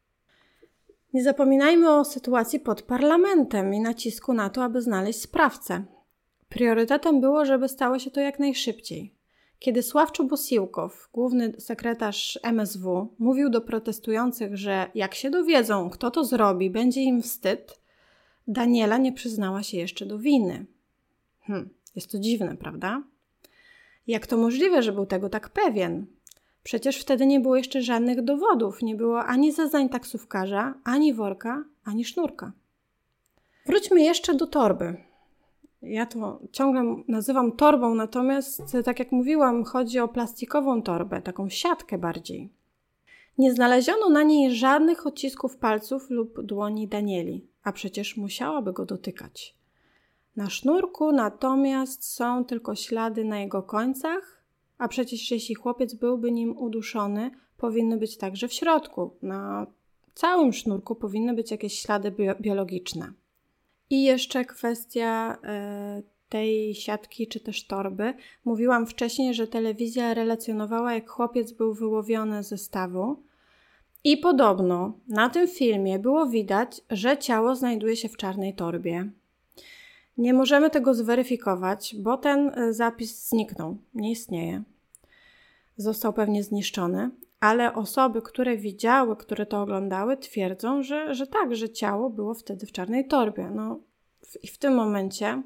Nie zapominajmy o sytuacji pod parlamentem i nacisku na to, aby znaleźć sprawcę. Priorytetem było, żeby stało się to jak najszybciej. Kiedy Sławczo Bosiłkow, główny sekretarz MSW, mówił do protestujących, że jak się dowiedzą, kto to zrobi, będzie im wstyd, Daniela nie przyznała się jeszcze do winy. Jest to dziwne, prawda? Jak to możliwe, że był tego tak pewien? Przecież wtedy nie było jeszcze żadnych dowodów, nie było ani zeznań taksówkarza, ani worka, ani sznurka. Wróćmy jeszcze do torby. Ja to ciągle nazywam torbą, natomiast tak jak mówiłam, chodzi o plastikową torbę, taką siatkę bardziej. Nie znaleziono na niej żadnych odcisków palców lub dłoni Danieli, a przecież musiałaby go dotykać. Na sznurku natomiast są tylko ślady na jego końcach, a przecież jeśli chłopiec byłby nim uduszony, powinny być także w środku. Na całym sznurku powinny być jakieś ślady biologiczne. I jeszcze kwestia tej siatki czy też torby. Mówiłam wcześniej, że telewizja relacjonowała, jak chłopiec był wyłowiony ze stawu. I podobno na tym filmie było widać, że ciało znajduje się w czarnej torbie. Nie możemy tego zweryfikować, bo ten zapis zniknął, nie istnieje. Został pewnie zniszczony, ale osoby, które widziały, które to oglądały, twierdzą, że tak, że ciało było wtedy w czarnej torbie. I w tym momencie,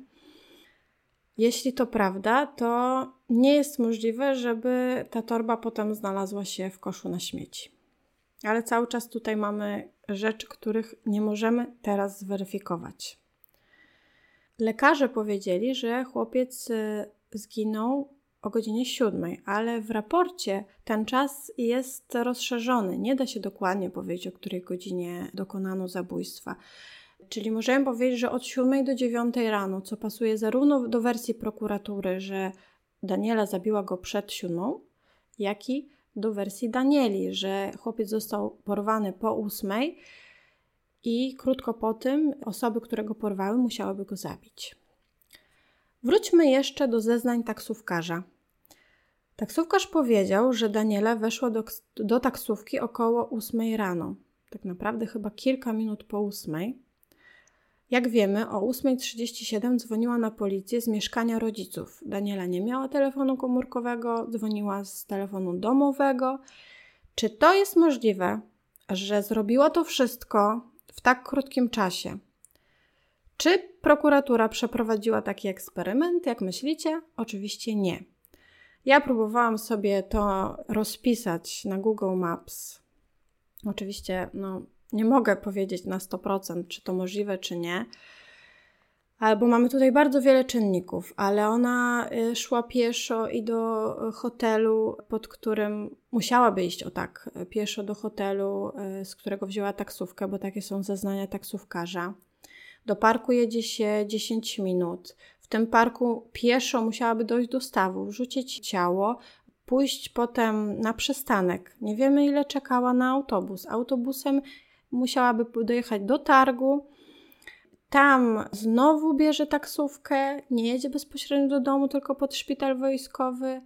jeśli to prawda, to nie jest możliwe, żeby ta torba potem znalazła się w koszu na śmieci. Ale cały czas tutaj mamy rzeczy, których nie możemy teraz zweryfikować. Lekarze powiedzieli, że chłopiec zginął o godzinie 7, ale w raporcie ten czas jest rozszerzony. Nie da się dokładnie powiedzieć, o której godzinie dokonano zabójstwa. Czyli możemy powiedzieć, że od 7 do 9 rano, co pasuje zarówno do wersji prokuratury, że Daniela zabiła go przed 7, jak i do wersji Danieli, że chłopiec został porwany po 8 i krótko po tym osoby, które go porwały, musiałyby go zabić. Wróćmy jeszcze do zeznań taksówkarza. Taksówkarz powiedział, że Daniela weszła do taksówki około 8 rano. Tak naprawdę chyba kilka minut po 8. Jak wiemy, o 8:37 dzwoniła na policję z mieszkania rodziców. Daniela nie miała telefonu komórkowego, dzwoniła z telefonu domowego. Czy to jest możliwe, że zrobiła to wszystko w tak krótkim czasie? Czy prokuratura przeprowadziła taki eksperyment, jak myślicie? Oczywiście nie. Ja próbowałam sobie to rozpisać na Google Maps. Oczywiście nie mogę powiedzieć na 100%, czy to możliwe, czy nie. Bo mamy tutaj bardzo wiele czynników, ale ona szła pieszo i do hotelu, pod którym musiałaby iść pieszo do hotelu, z którego wzięła taksówkę, bo takie są zeznania taksówkarza. Do parku jedzie się 10 minut. W tym parku pieszo musiałaby dojść do stawu, wrzucić ciało, pójść potem na przystanek. Nie wiemy, ile czekała na autobus. Autobusem musiałaby dojechać do targu. Tam znowu bierze taksówkę, nie jedzie bezpośrednio do domu, tylko pod szpital wojskowy.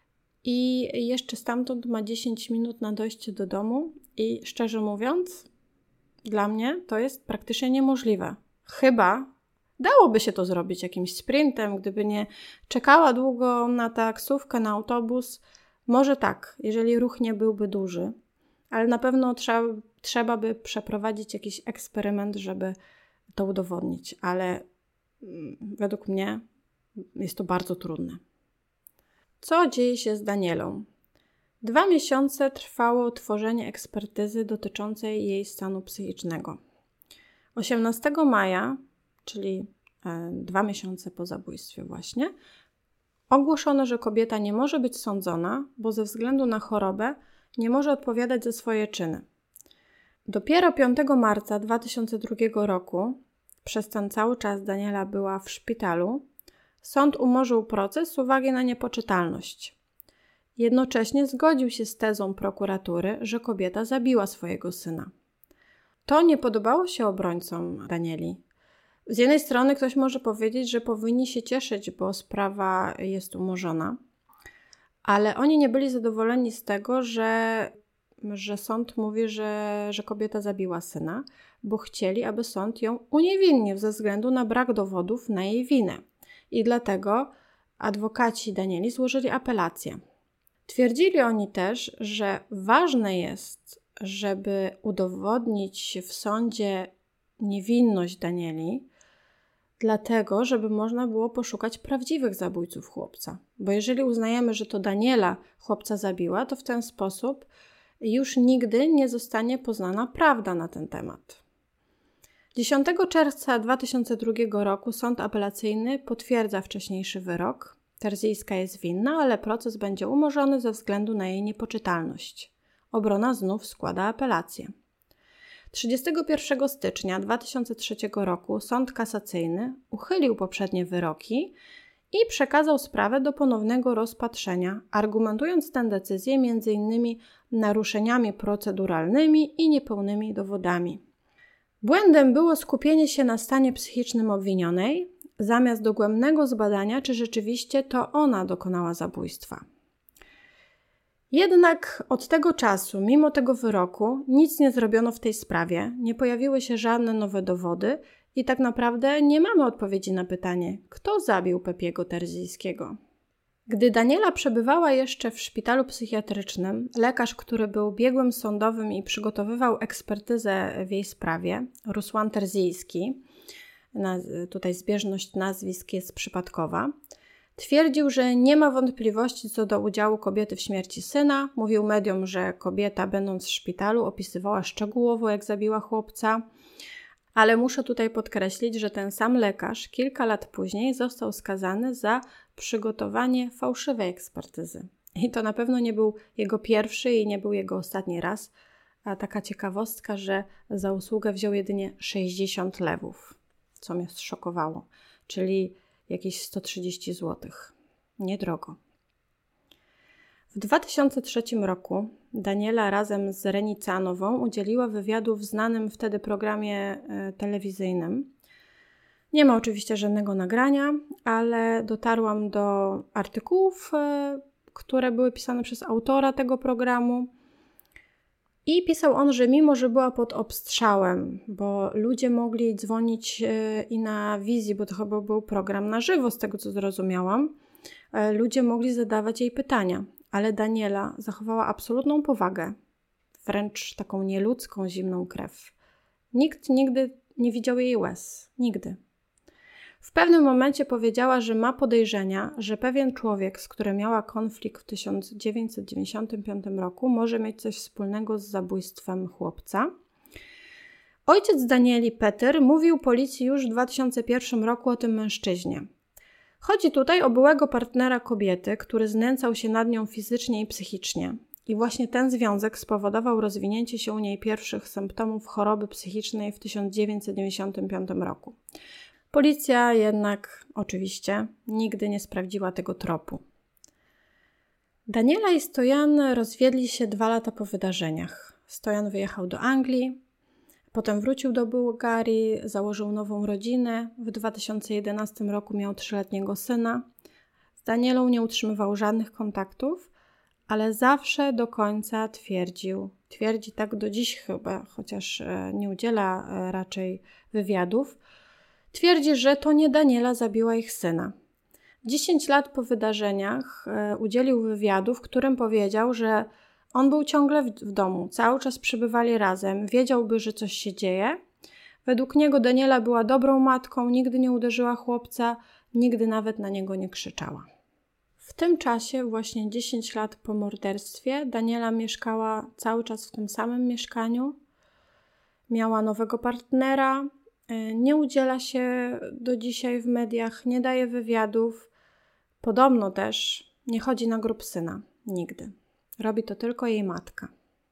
I jeszcze stamtąd ma 10 minut na dojście do domu. I szczerze mówiąc, dla mnie to jest praktycznie niemożliwe. Chyba dałoby się to zrobić jakimś sprintem, gdyby nie czekała długo na taksówkę, na autobus. Może tak, jeżeli ruch nie byłby duży, ale na pewno trzeba by przeprowadzić jakiś eksperyment, żeby to udowodnić, ale według mnie jest to bardzo trudne. Co dzieje się z Danielą? 2 miesiące trwało tworzenie ekspertyzy dotyczącej jej stanu psychicznego. 18 maja, czyli 2 miesiące po zabójstwie właśnie, ogłoszono, że kobieta nie może być sądzona, bo ze względu na chorobę nie może odpowiadać za swoje czyny. Dopiero 5 marca 2002 roku, przez ten cały czas Daniela była w szpitalu, sąd umorzył proces z uwagi na niepoczytalność. Jednocześnie zgodził się z tezą prokuratury, że kobieta zabiła swojego syna. To nie podobało się obrońcom Danieli. Z jednej strony ktoś może powiedzieć, że powinni się cieszyć, bo sprawa jest umorzona, ale oni nie byli zadowoleni z tego, że sąd mówi, że kobieta zabiła syna, bo chcieli, aby sąd ją uniewinnił ze względu na brak dowodów na jej winę. I dlatego adwokaci Danieli złożyli apelację. Twierdzili oni też, że ważne jest, żeby udowodnić w sądzie niewinność Danieli, dlatego, żeby można było poszukać prawdziwych zabójców chłopca. Bo jeżeli uznajemy, że to Daniela chłopca zabiła, to w ten sposób już nigdy nie zostanie poznana prawda na ten temat. 10 czerwca 2002 roku sąd apelacyjny potwierdza wcześniejszy wyrok. Terzińska jest winna, ale proces będzie umorzony ze względu na jej niepoczytalność. Obrona znów składa apelację. 31 stycznia 2003 roku sąd kasacyjny uchylił poprzednie wyroki i przekazał sprawę do ponownego rozpatrzenia, argumentując tę decyzję m.in. naruszeniami proceduralnymi i niepełnymi dowodami. Błędem było skupienie się na stanie psychicznym obwinionej, zamiast dogłębnego zbadania, czy rzeczywiście to ona dokonała zabójstwa. Jednak od tego czasu, mimo tego wyroku, nic nie zrobiono w tej sprawie, nie pojawiły się żadne nowe dowody i tak naprawdę nie mamy odpowiedzi na pytanie, kto zabił Pepiego Terzińskiego. Gdy Daniela przebywała jeszcze w szpitalu psychiatrycznym, lekarz, który był biegłym sądowym i przygotowywał ekspertyzę w jej sprawie, Rusłan Terziński, tutaj zbieżność nazwisk jest przypadkowa, twierdził, że nie ma wątpliwości co do udziału kobiety w śmierci syna. Mówił mediom, że kobieta, będąc w szpitalu, opisywała szczegółowo, jak zabiła chłopca. Ale muszę tutaj podkreślić, że ten sam lekarz kilka lat później został skazany za przygotowanie fałszywej ekspertyzy. I to na pewno nie był jego pierwszy i nie był jego ostatni raz. A taka ciekawostka, że za usługę wziął jedynie 60 lewów, co mnie zszokowało, czyli jakieś 130 zł. Niedrogo. W 2003 roku Daniela razem z Renicanową udzieliła wywiadu w znanym wtedy programie telewizyjnym. Nie ma oczywiście żadnego nagrania, ale dotarłam do artykułów, które były pisane przez autora tego programu. I pisał on, że mimo, że była pod obstrzałem, bo ludzie mogli dzwonić i na wizji, bo to chyba był program na żywo, z tego co zrozumiałam, ludzie mogli zadawać jej pytania, ale Daniela zachowała absolutną powagę, wręcz taką nieludzką, zimną krew. Nikt nigdy nie widział jej łez. Nigdy. W pewnym momencie powiedziała, że ma podejrzenia, że pewien człowiek, z którym miała konflikt w 1995 roku, może mieć coś wspólnego z zabójstwem chłopca. Ojciec Danieli, Peter, mówił policji już w 2001 roku o tym mężczyźnie. Chodzi tutaj o byłego partnera kobiety, który znęcał się nad nią fizycznie i psychicznie. I właśnie ten związek spowodował rozwinięcie się u niej pierwszych symptomów choroby psychicznej w 1995 roku. Policja jednak, oczywiście, nigdy nie sprawdziła tego tropu. Daniela i Stojan rozwiedli się 2 lata po wydarzeniach. Stojan wyjechał do Anglii, potem wrócił do Bułgarii, założył nową rodzinę. W 2011 roku miał 3-letniego syna. Z Danielą nie utrzymywał żadnych kontaktów, ale zawsze do końca twierdzi tak do dziś chyba, chociaż nie udziela raczej wywiadów, twierdzi, że to nie Daniela zabiła ich syna. 10 lat po wydarzeniach udzielił wywiadu, w którym powiedział, że on był ciągle w domu, cały czas przebywali razem, wiedziałby, że coś się dzieje. Według niego Daniela była dobrą matką, nigdy nie uderzyła chłopca, nigdy nawet na niego nie krzyczała. W tym czasie, właśnie 10 lat po morderstwie, Daniela mieszkała cały czas w tym samym mieszkaniu. Miała nowego partnera Nie udziela się do dzisiaj w mediach, nie daje wywiadów. Podobno też nie chodzi na grób syna. Nigdy. Robi to tylko jej matka.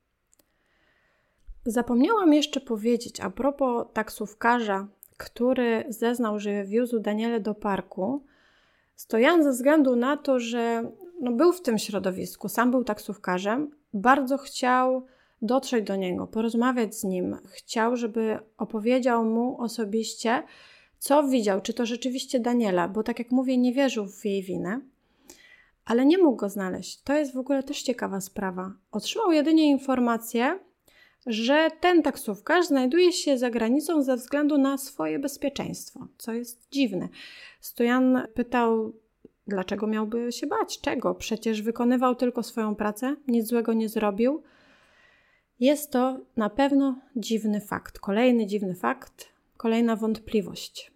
Zapomniałam jeszcze powiedzieć a propos taksówkarza, który zeznał, że wiózł Danielę do parku. Stojan ze względu na to, że był w tym środowisku, sam był taksówkarzem, bardzo chciał dotrzeć do niego, porozmawiać z nim. Chciał, żeby opowiedział mu osobiście, co widział, czy to rzeczywiście Daniela, bo tak jak mówię, nie wierzył w jej winę, ale nie mógł go znaleźć. To jest w ogóle też ciekawa sprawa. Otrzymał jedynie informację, że ten taksówkarz znajduje się za granicą ze względu na swoje bezpieczeństwo, co jest dziwne. Stojan pytał, dlaczego miałby się bać? Czego? Przecież wykonywał tylko swoją pracę, nic złego nie zrobił. Jest to na pewno dziwny fakt. Kolejny dziwny fakt, kolejna wątpliwość.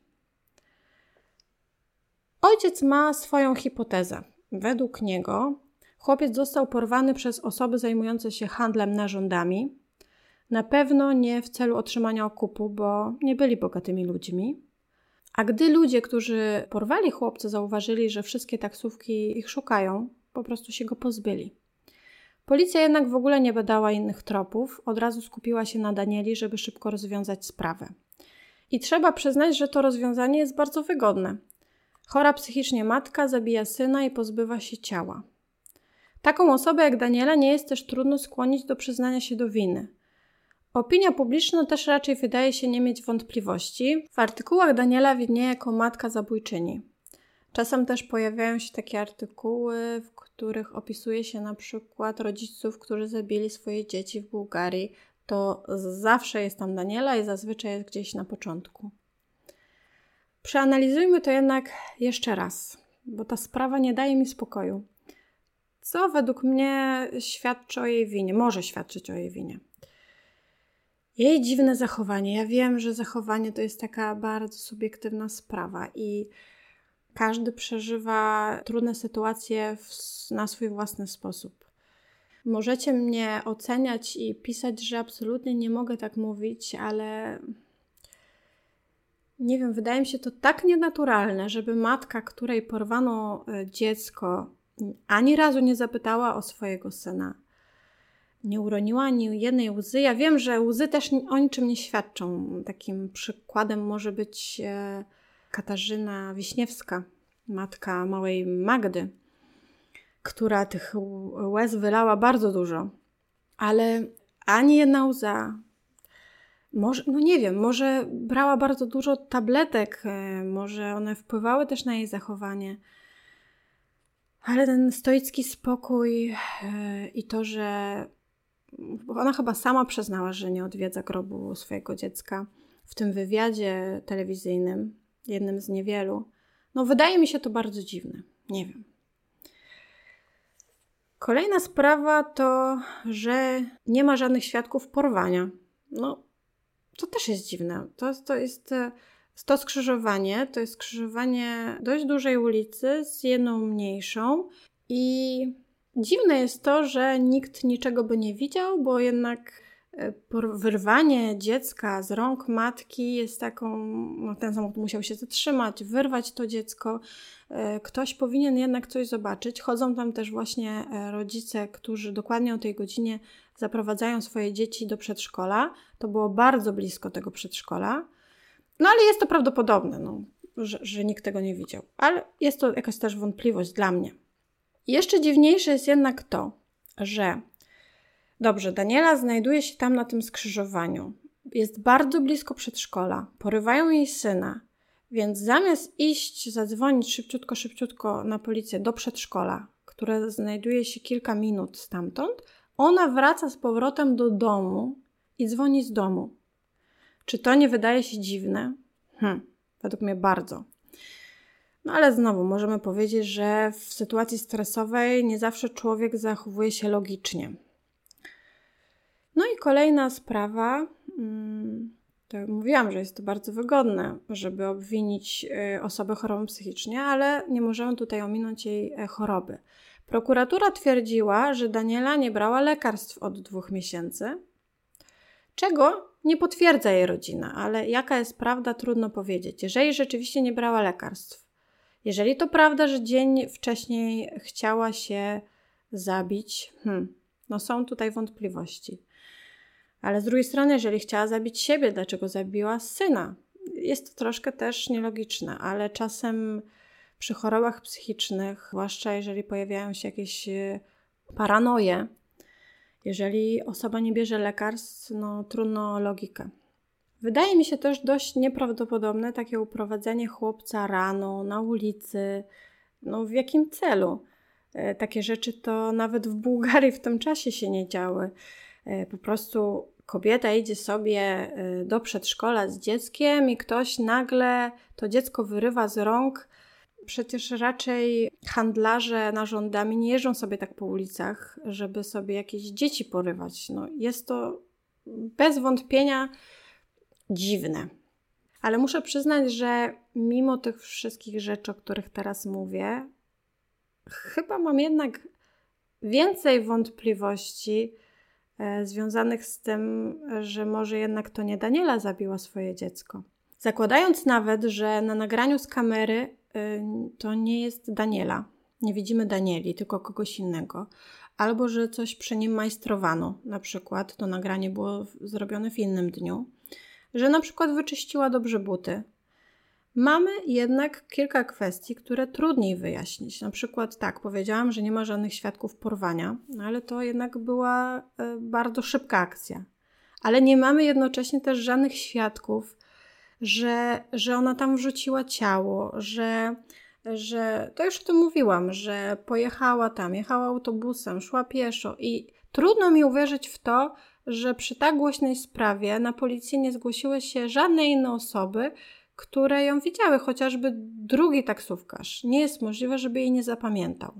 Ojciec ma swoją hipotezę. Według niego chłopiec został porwany przez osoby zajmujące się handlem narządami. Na pewno nie w celu otrzymania okupu, bo nie byli bogatymi ludźmi. A gdy ludzie, którzy porwali chłopca, zauważyli, że wszystkie taksówki ich szukają, po prostu się go pozbyli. Policja jednak w ogóle nie badała innych tropów, od razu skupiła się na Danieli, żeby szybko rozwiązać sprawę. I trzeba przyznać, że to rozwiązanie jest bardzo wygodne. Chora psychicznie matka zabija syna i pozbywa się ciała. Taką osobę jak Daniela nie jest też trudno skłonić do przyznania się do winy. Opinia publiczna też raczej wydaje się nie mieć wątpliwości. W artykułach Daniela widnieje jako matka zabójczyni. Czasem też pojawiają się takie artykuły, w których opisuje się na przykład rodziców, którzy zabili swoje dzieci w Bułgarii. To zawsze jest tam Daniela i zazwyczaj jest gdzieś na początku. Przeanalizujmy to jednak jeszcze raz, bo ta sprawa nie daje mi spokoju. Co według mnie świadczy o jej winie, może świadczyć o jej winie. Jej dziwne zachowanie. Ja wiem, że zachowanie to jest taka bardzo subiektywna sprawa i każdy przeżywa trudne sytuacje na swój własny sposób. Możecie mnie oceniać i pisać, że absolutnie nie mogę tak mówić, ale nie wiem, wydaje mi się to tak nienaturalne, żeby matka, której porwano dziecko, ani razu nie zapytała o swojego syna. Nie uroniła ani jednej łzy. Ja wiem, że łzy też o niczym nie świadczą. Takim przykładem może być Katarzyna Wiśniewska, matka małej Magdy, która tych łez wylała bardzo dużo. Ale ani jedna łza. Może, nie wiem, może brała bardzo dużo tabletek, może one wpływały też na jej zachowanie. Ale ten stoicki spokój i to, że ona chyba sama przyznała, że nie odwiedza grobu swojego dziecka w tym wywiadzie telewizyjnym, jednym z niewielu. Wydaje mi się to bardzo dziwne. Nie wiem. Kolejna sprawa to, że nie ma żadnych świadków porwania. To też jest dziwne. To jest to skrzyżowanie. To jest skrzyżowanie dość dużej ulicy z jedną mniejszą i dziwne jest to, że nikt niczego by nie widział, bo jednak wyrwanie dziecka z rąk matki jest taką, ten samochód musiał się zatrzymać, wyrwać to dziecko. Ktoś powinien jednak coś zobaczyć. Chodzą tam też właśnie rodzice, którzy dokładnie o tej godzinie zaprowadzają swoje dzieci do przedszkola. To było bardzo blisko tego przedszkola. Ale jest to prawdopodobne, że nikt tego nie widział. Ale jest to jakaś też wątpliwość dla mnie. Jeszcze dziwniejsze jest jednak to, że Daniela znajduje się tam na tym skrzyżowaniu. Jest bardzo blisko przedszkola. Porywają jej syna. Więc zamiast iść, zadzwonić szybciutko na policję do przedszkola, które znajduje się kilka minut stamtąd, ona wraca z powrotem do domu i dzwoni z domu. Czy to nie wydaje się dziwne? Według mnie bardzo. Ale znowu możemy powiedzieć, że w sytuacji stresowej nie zawsze człowiek zachowuje się logicznie. I kolejna sprawa, to mówiłam, że jest to bardzo wygodne, żeby obwinić osobę chorą psychicznie, ale nie możemy tutaj ominąć jej choroby. Prokuratura twierdziła, że Daniela nie brała lekarstw od 2 miesięcy, czego nie potwierdza jej rodzina, ale jaka jest prawda, trudno powiedzieć. Jeżeli rzeczywiście nie brała lekarstw, jeżeli to prawda, że dzień wcześniej chciała się zabić, no są tutaj wątpliwości. Ale z drugiej strony, jeżeli chciała zabić siebie, dlaczego zabiła syna? Jest to troszkę też nielogiczne, ale czasem przy chorobach psychicznych, zwłaszcza jeżeli pojawiają się jakieś paranoje, jeżeli osoba nie bierze lekarstw, no trudno o logikę. Wydaje mi się też dość nieprawdopodobne takie uprowadzenie chłopca rano na ulicy. No w jakim celu? Takie rzeczy to nawet w Bułgarii w tym czasie się nie działy. Po prostu kobieta idzie sobie do przedszkola z dzieckiem i ktoś nagle to dziecko wyrywa z rąk. Przecież raczej handlarze narządami nie jeżdżą sobie tak po ulicach, żeby sobie jakieś dzieci porywać. No, jest to bez wątpienia dziwne. Ale muszę przyznać, że mimo tych wszystkich rzeczy, o których teraz mówię, chyba mam jednak więcej wątpliwości związanych z tym, że może jednak to nie Daniela zabiła swoje dziecko. Zakładając nawet, że na nagraniu z kamery to nie jest Daniela, nie widzimy Danieli, tylko kogoś innego, albo że coś przy nim majstrowano, na przykład to nagranie było zrobione w innym dniu, że na przykład wyczyściła dobrze buty. Mamy jednak kilka kwestii, które trudniej wyjaśnić. Na przykład tak, powiedziałam, że nie ma żadnych świadków porwania, ale to jednak była bardzo szybka akcja. Ale nie mamy jednocześnie też żadnych świadków, że ona tam wrzuciła ciało, że to już o tym mówiłam, że pojechała tam, jechała autobusem, szła pieszo i trudno mi uwierzyć w to, że przy tak głośnej sprawie na policję nie zgłosiły się żadne inne osoby, które ją widziały, chociażby drugi taksówkarz. Nie jest możliwe, żeby jej nie zapamiętał.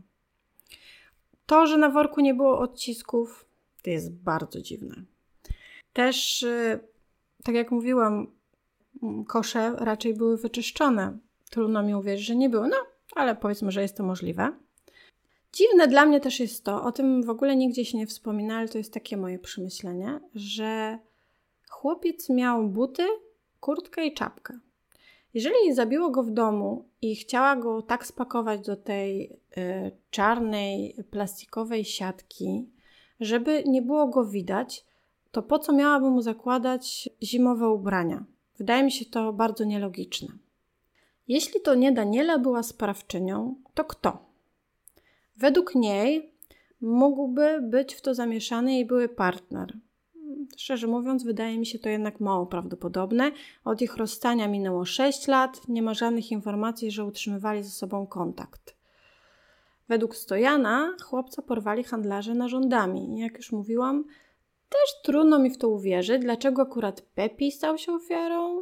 To, że na worku nie było odcisków, to jest bardzo dziwne. Też, tak jak mówiłam, kosze raczej były wyczyszczone. Trudno mi uwierzyć, że nie było. No, ale powiedzmy, że jest to możliwe. Dziwne dla mnie też jest to, o tym w ogóle nigdzie się nie wspomina, ale to jest takie moje przemyślenie, że chłopiec miał buty, kurtkę i czapkę. Jeżeli zabiło go w domu i chciała go tak spakować do tej czarnej, plastikowej siatki, żeby nie było go widać, to po co miałaby mu zakładać zimowe ubrania? Wydaje mi się to bardzo nielogiczne. Jeśli to nie Daniela była sprawczynią, to kto? Według niej mógłby być w to zamieszany jej były partner. Szczerze mówiąc, wydaje mi się to jednak mało prawdopodobne. Od ich rozstania minęło 6 lat, nie ma żadnych informacji, że utrzymywali ze sobą kontakt. Według Stojana chłopca porwali handlarze narządami. Jak już mówiłam, też trudno mi w to uwierzyć, dlaczego akurat Pepi stał się ofiarą,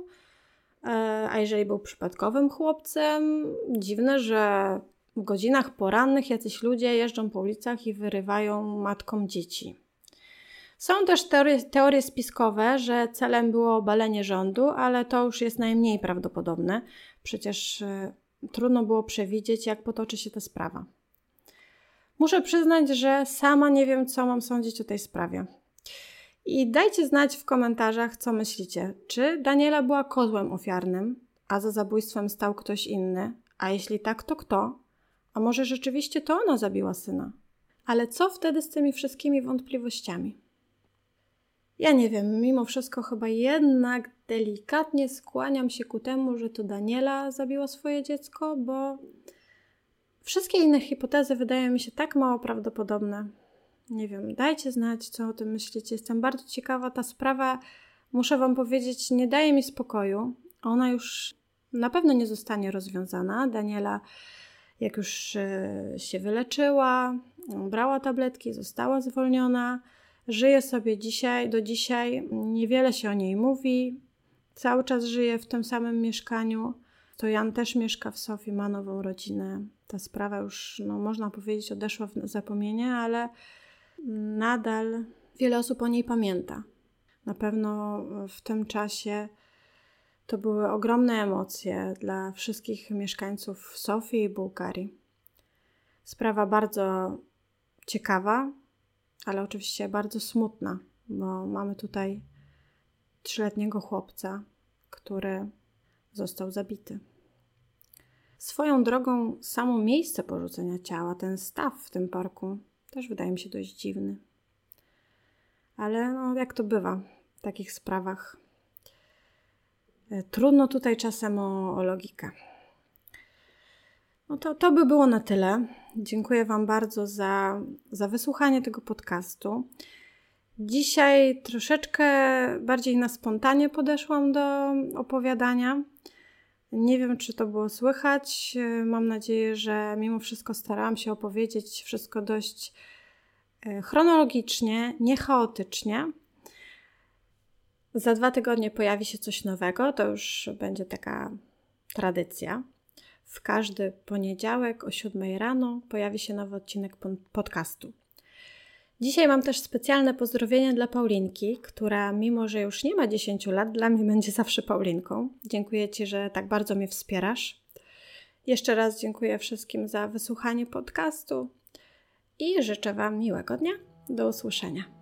a jeżeli był przypadkowym chłopcem, dziwne, że w godzinach porannych jacyś ludzie jeżdżą po ulicach i wyrywają matkom dzieci. Są też teorie spiskowe, że celem było obalenie rządu, ale to już jest najmniej prawdopodobne. Przecież trudno było przewidzieć, jak potoczy się ta sprawa. Muszę przyznać, że sama nie wiem, co mam sądzić o tej sprawie. I dajcie znać w komentarzach, co myślicie. Czy Daniela była kozłem ofiarnym, a za zabójstwem stał ktoś inny? A jeśli tak, to kto? A może rzeczywiście to ona zabiła syna? Ale co wtedy z tymi wszystkimi wątpliwościami? Ja nie wiem, mimo wszystko chyba jednak delikatnie skłaniam się ku temu, że to Daniela zabiła swoje dziecko, bo wszystkie inne hipotezy wydają mi się tak mało prawdopodobne. Nie wiem, dajcie znać, co o tym myślicie. Jestem bardzo ciekawa. Ta sprawa, muszę wam powiedzieć, nie daje mi spokoju. Ona już na pewno nie zostanie rozwiązana. Daniela, jak już się wyleczyła, brała tabletki, została zwolniona. Żyje sobie do dzisiaj. Niewiele się o niej mówi. Cały czas żyje w tym samym mieszkaniu. To Jan też mieszka w Sofii, ma nową rodzinę. Ta sprawa już, można powiedzieć, odeszła w zapomnienie, ale nadal wiele osób o niej pamięta. Na pewno w tym czasie to były ogromne emocje dla wszystkich mieszkańców Sofii i Bułgarii. Sprawa bardzo ciekawa, ale oczywiście bardzo smutna, bo mamy tutaj 3-letniego chłopca, który został zabity. Swoją drogą samo miejsce porzucenia ciała, ten staw w tym parku też wydaje mi się dość dziwny. Ale jak to bywa w takich sprawach? Trudno tutaj czasem o logikę. To by było na tyle. Dziękuję Wam bardzo za wysłuchanie tego podcastu. Dzisiaj troszeczkę bardziej na spontanie podeszłam do opowiadania. Nie wiem, czy to było słychać. Mam nadzieję, że mimo wszystko starałam się opowiedzieć wszystko dość chronologicznie, nie chaotycznie. Za 2 tygodnie pojawi się coś nowego. To już będzie taka tradycja. W każdy poniedziałek o 7 rano pojawi się nowy odcinek podcastu. Dzisiaj mam też specjalne pozdrowienia dla Paulinki, która mimo, że już nie ma 10 lat, dla mnie będzie zawsze Paulinką. Dziękuję Ci, że tak bardzo mnie wspierasz. Jeszcze raz dziękuję wszystkim za wysłuchanie podcastu i życzę Wam miłego dnia. Do usłyszenia.